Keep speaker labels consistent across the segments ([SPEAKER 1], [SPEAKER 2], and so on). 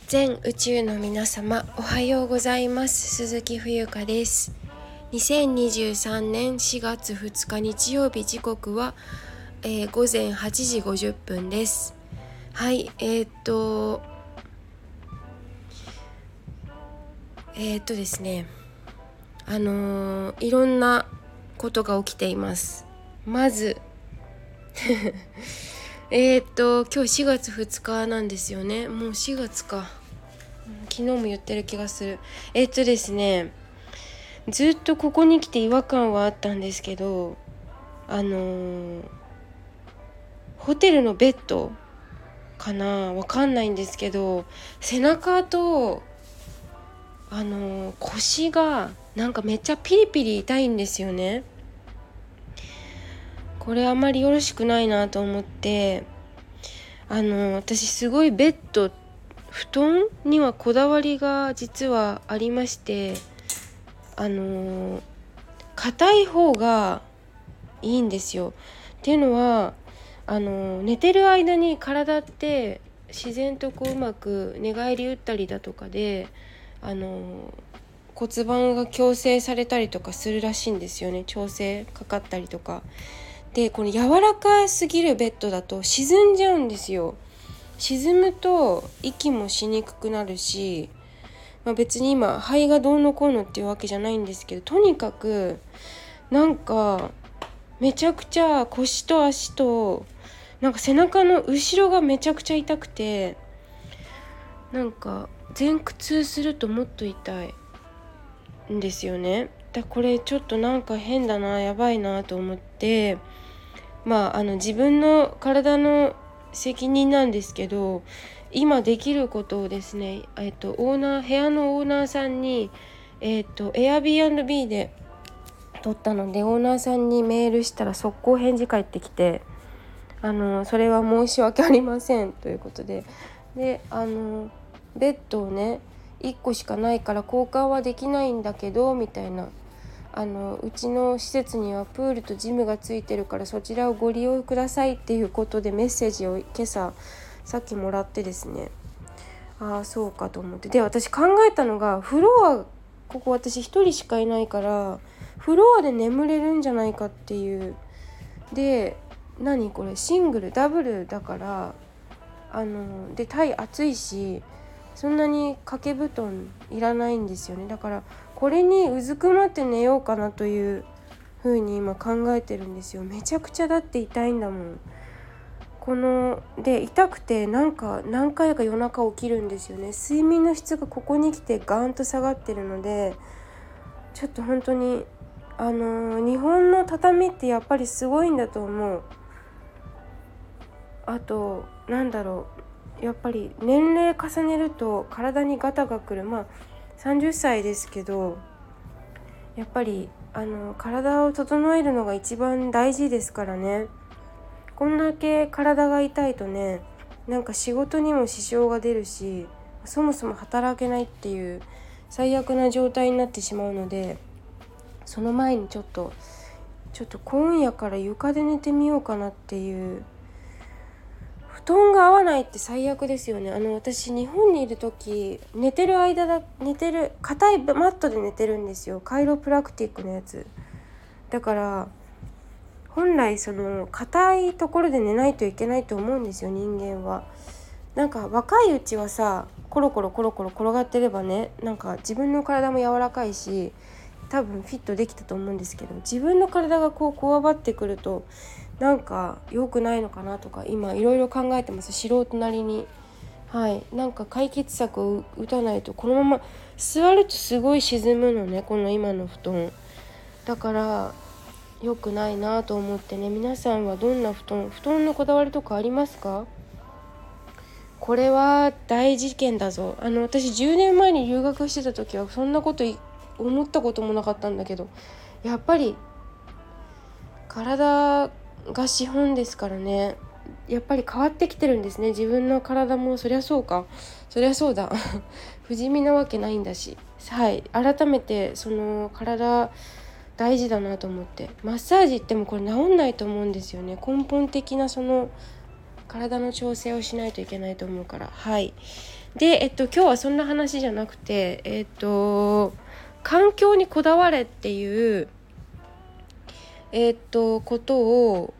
[SPEAKER 1] 全宇宙の皆様、おはようございます。鈴木冬香です。2023年4月2日日曜日、時刻は、午前8時50分です。はい、ですね、いろんなことが起きています。まず今日4月2日なんですよね。もう4月か。昨日も言ってる気がする。ですね、ずっとここに来て違和感はあったんですけど、ホテルのベッドかな、わかんないんですけど、背中と腰がなんかめっちゃピリピリ痛いんですよね。これあまりよろしくないなと思って、私すごいベッド、布団にはこだわりが実はありまして、硬い方がいいんですよ。っていうのは寝てる間に体って自然とこううまく寝返り打ったりだとかで骨盤が矯正されたりとかするらしいんですよね。調整かかったりとかで、この柔らかすぎるベッドだと沈んじゃうんですよ。沈むと息もしにくくなるし、別に今肺がどうのこうのっていうわけじゃないんですけど、とにかくなんかめちゃくちゃ腰と足となんか背中の後ろがめちゃくちゃ痛くて、なんか前屈するともっと痛いんですよね。これちょっとなんか変だな、やばいなと思って、自分の体の責任なんですけど、今できることをですね、部屋のオーナーさんにAirbnb で撮ったので、オーナーさんにメールしたら速攻返事返ってきて、それは申し訳ありませんということで、ベッドをね1個しかないから交換はできないんだけどみたいな、うちの施設にはプールとジムがついてるからそちらをご利用くださいっていうことでメッセージを今朝さっきもらってですね、ああそうかと思って、で私考えたのが、フロアここ私一人しかいないからフロアで眠れるんじゃないかっていう。で何これシングルダブルだからでタイ暑いし、そんなに掛け布団いらないんですよね。だからこれにうずくまって寝ようかなという風に今考えてるんですよ。めちゃくちゃだって痛いんだもん。で痛くてなんか何回か夜中起きるんですよね。睡眠の質がここに来てガーンと下がってるので、ちょっと本当に日本の畳ってやっぱりすごいんだと思う。あとやっぱり年齢重ねると体にガタがくる。30歳ですけど、やっぱり体を整えるのが一番大事ですからね。こんだけ体が痛いとね、なんか仕事にも支障が出るし、そもそも働けないっていう最悪な状態になってしまうので、その前にちょっと今夜から床で寝てみようかなっていう。布団が合わないって最悪ですよね。私日本にいる時硬いマットで寝てるんですよ。カイロプラクティックのやつだから、本来その硬いところで寝ないといけないと思うんですよ、人間は。なんか若いうちはさ、コロコロ転がってればね、なんか自分の体も柔らかいし多分フィットできたと思うんですけど、自分の体がこわばってくるとなんか良くないのかなとか今いろいろ考えてます、素人なりに。なんか解決策を打たないと、このまま座るとすごい沈むのね、この今の布団だから良くないなと思ってね。皆さんはどんな布団のこだわりとかありますか？これは大事件だぞ。私10年前に留学してた時はそんなこと思ったこともなかったんだけど、やっぱり体が資本ですからね。やっぱり変わってきてるんですね、自分の体も。そりゃそうか、そりゃそうだ不死身なわけないんだし。改めてその体大事だなと思って。マッサージってもこれ治んないと思うんですよね。根本的なその体の調整をしないといけないと思うから。 で、今日はそんな話じゃなくて、環境にこだわれっていう、ことを、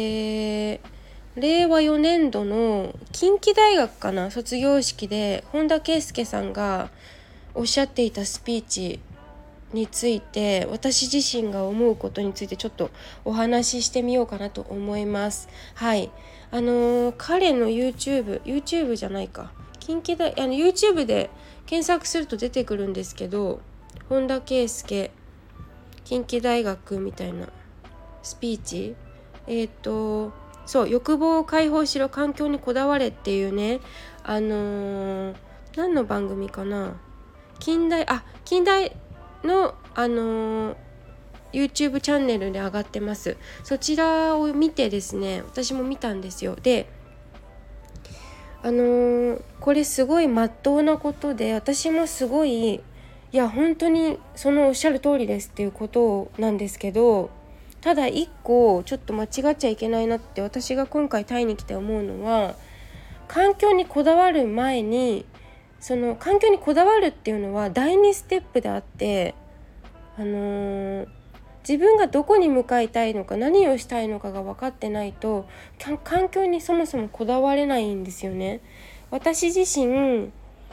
[SPEAKER 1] 令和4年度の近畿大学かな卒業式で本田圭佑さんがおっしゃっていたスピーチについて、私自身が思うことについてちょっとお話ししてみようかなと思います。はい、彼の YouTube じゃないか、近畿大YouTube で検索すると出てくるんですけど、本田圭佑近畿大学みたいなスピーチ、そう欲望を解放しろ環境にこだわれっていうね、何の番組かな、近代のYouTube チャンネルで上がってます。そちらを見てですね、私も見たんですよ。でこれすごい真っ当なことで、私もすごい、いや本当にそのおっしゃる通りですっていうことなんですけど、ただ一個ちょっと間違っちゃいけないなって私が今回タイに来て思うのは、環境にこだわる前に、その環境にこだわるっていうのは第2ステップであって、自分がどこに向かいたいのか何をしたいのかが分かってないと環境にそもそもこだわれないんですよね。私自身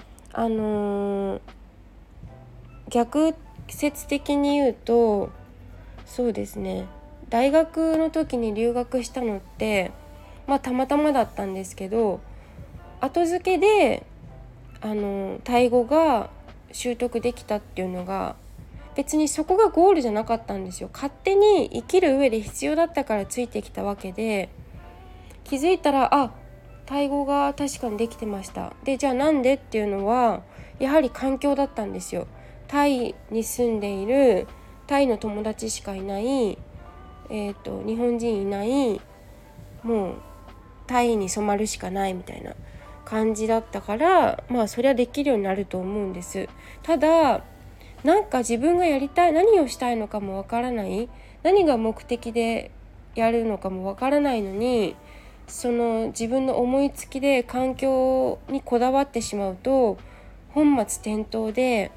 [SPEAKER 1] 逆説的に言うと、そうですね、大学の時に留学したのってたまたまだったんですけど、後付けでタイ語が習得できたっていうのが、別にそこがゴールじゃなかったんですよ。勝手に生きる上で必要だったからついてきたわけで、気づいたらタイ語が確かにできてました。でじゃあなんでっていうのはやはり環境だったんですよ。タイに住んでいるタイの友達しかいない、日本人いない、もうタイに染まるしかないみたいな感じだったから、そりゃできるようになると思うんです。ただなんか自分がやりたい、何をしたいのかもわからない、何が目的でやるのかもわからないのに、その自分の思いつきで環境にこだわってしまうと本末転倒で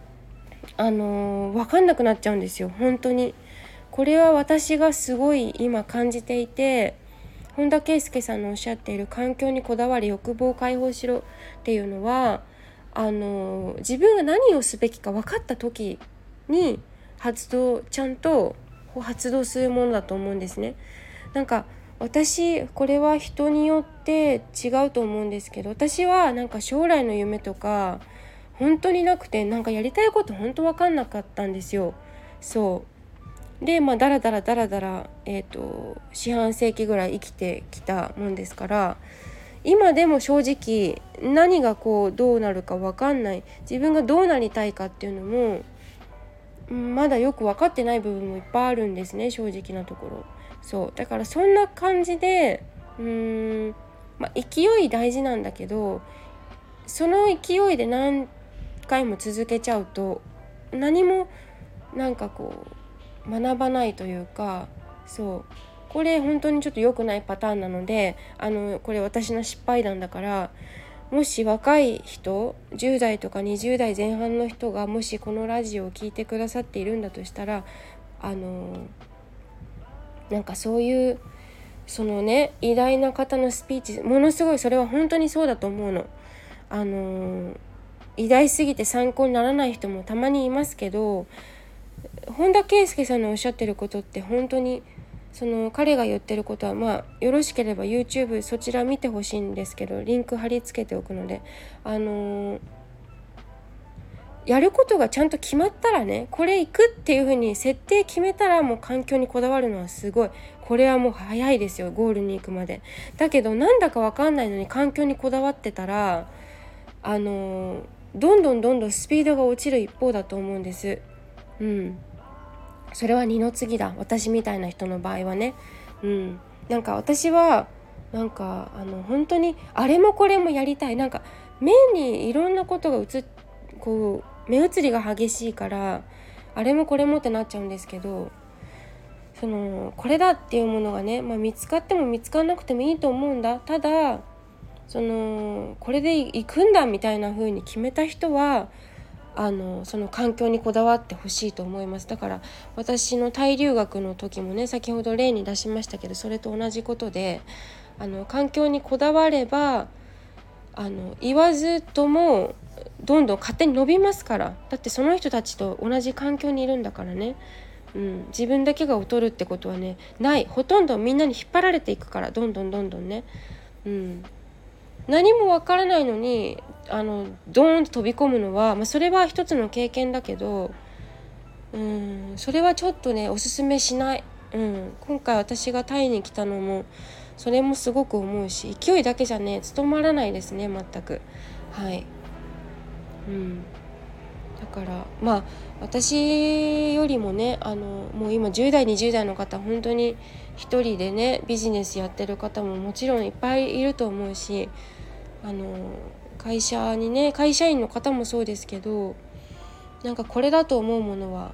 [SPEAKER 1] 分かんなくなっちゃうんですよ。本当にこれは私がすごい今感じていて、本田圭佑さんのおっしゃっている環境にこだわり欲望を解放しろっていうのは、自分が何をすべきか分かった時にちゃんと発動するものだと思うんですね。なんか私これは人によって違うと思うんですけど、私はなんか将来の夢とか本当になくて、なんかやりたいこと本当分かんなかったんですよ。そうでだらだら四半世紀ぐらい生きてきたもんですから、今でも正直何がどうなるか分かんない、自分がどうなりたいかっていうのもまだよく分かってない部分もいっぱいあるんですね、正直なところ。そうだからそんな感じで勢い大事なんだけど、その勢いで何回も続けちゃうと何もなんか学ばないというか、そうこれ本当にちょっと良くないパターンなので、これ私の失敗談だから、もし若い人10代とか20代前半の人がもしこのラジオを聞いてくださっているんだとしたら、なんかそういうそのね偉大な方のスピーチ、ものすごいそれは本当にそうだと思うの。偉大すぎて参考にならない人もたまにいますけど、本田圭佑さんのおっしゃってることって本当にその彼が言ってることはよろしければ YouTube そちら見てほしいんですけど、リンク貼り付けておくので、やることがちゃんと決まったらね、これ行くっていう風に設定決めたらもう環境にこだわるのはすごい、これはもう早いですよ、ゴールに行くまで。だけどなんだか分かんないのに環境にこだわってたらどんどんスピードが落ちる一方だと思うんです。それは二の次だ、私みたいな人の場合はね。なんか私は本当にあれもこれもやりたい、なんか目にいろんなことが目移りが激しいからあれもこれもってなっちゃうんですけど、これだっていうものがね、見つかっても見つからなくてもいいと思うんだ。ただこれで行くんだみたいな風に決めた人はその環境にこだわってほしいと思います。だから私のタイ留学の時もね、先ほど例に出しましたけど、それと同じことで環境にこだわれば言わずともどんどん勝手に伸びますから。だってその人たちと同じ環境にいるんだからね。自分だけが劣るってことはねない。ほとんどみんなに引っ張られていくから、どんどんね、何もわからないのにドーンと飛び込むのは、それは一つの経験だけど、それはちょっとねおすすめしない。今回私がタイに来たのもそれもすごく思うし、勢いだけじゃね務まらないですね、全く。はい。だから私よりもねもう今10代20代の方、本当に一人でねビジネスやってる方ももちろんいっぱいいると思うし、会社員の方もそうですけど、なんかこれだと思うものは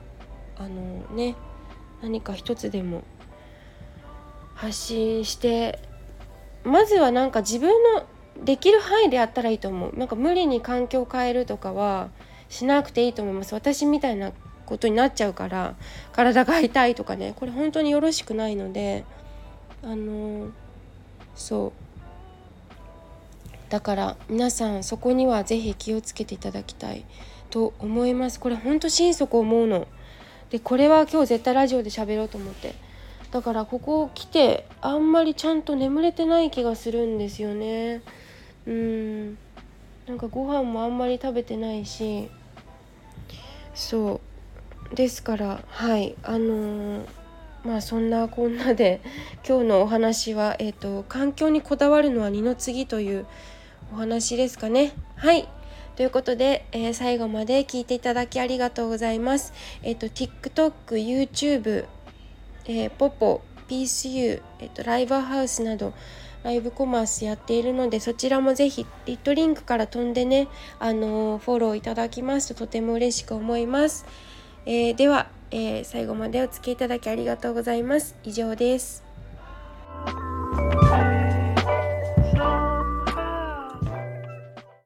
[SPEAKER 1] 何か一つでも発信して、まずはなんか自分のできる範囲でやったらいいと思う。なんか無理に環境を変えるとかはしなくていいと思います。私みたいなことになっちゃうから、体が痛いとかね、これ本当によろしくないので、そうだから皆さんそこにはぜひ気をつけていただきたいと思います。これ本当心底思うので、これは今日絶対ラジオで喋ろうと思って、だからここ来てあんまりちゃんと眠れてない気がするんですよね。なんかご飯もあんまり食べてないし、そうですから、はいそんなこんなで今日のお話は、環境にこだわるのは二の次というお話ですかね。はいということで、最後まで聞いていただきありがとうございます。TikTok、YouTube、ポポ、PCU、ライブハウスなどライブコマースやっているので、そちらもぜひリットリンクから飛んでね、フォローいただきますととても嬉しく思います。では、最後までお付き合いいただきありがとうございます。以上です。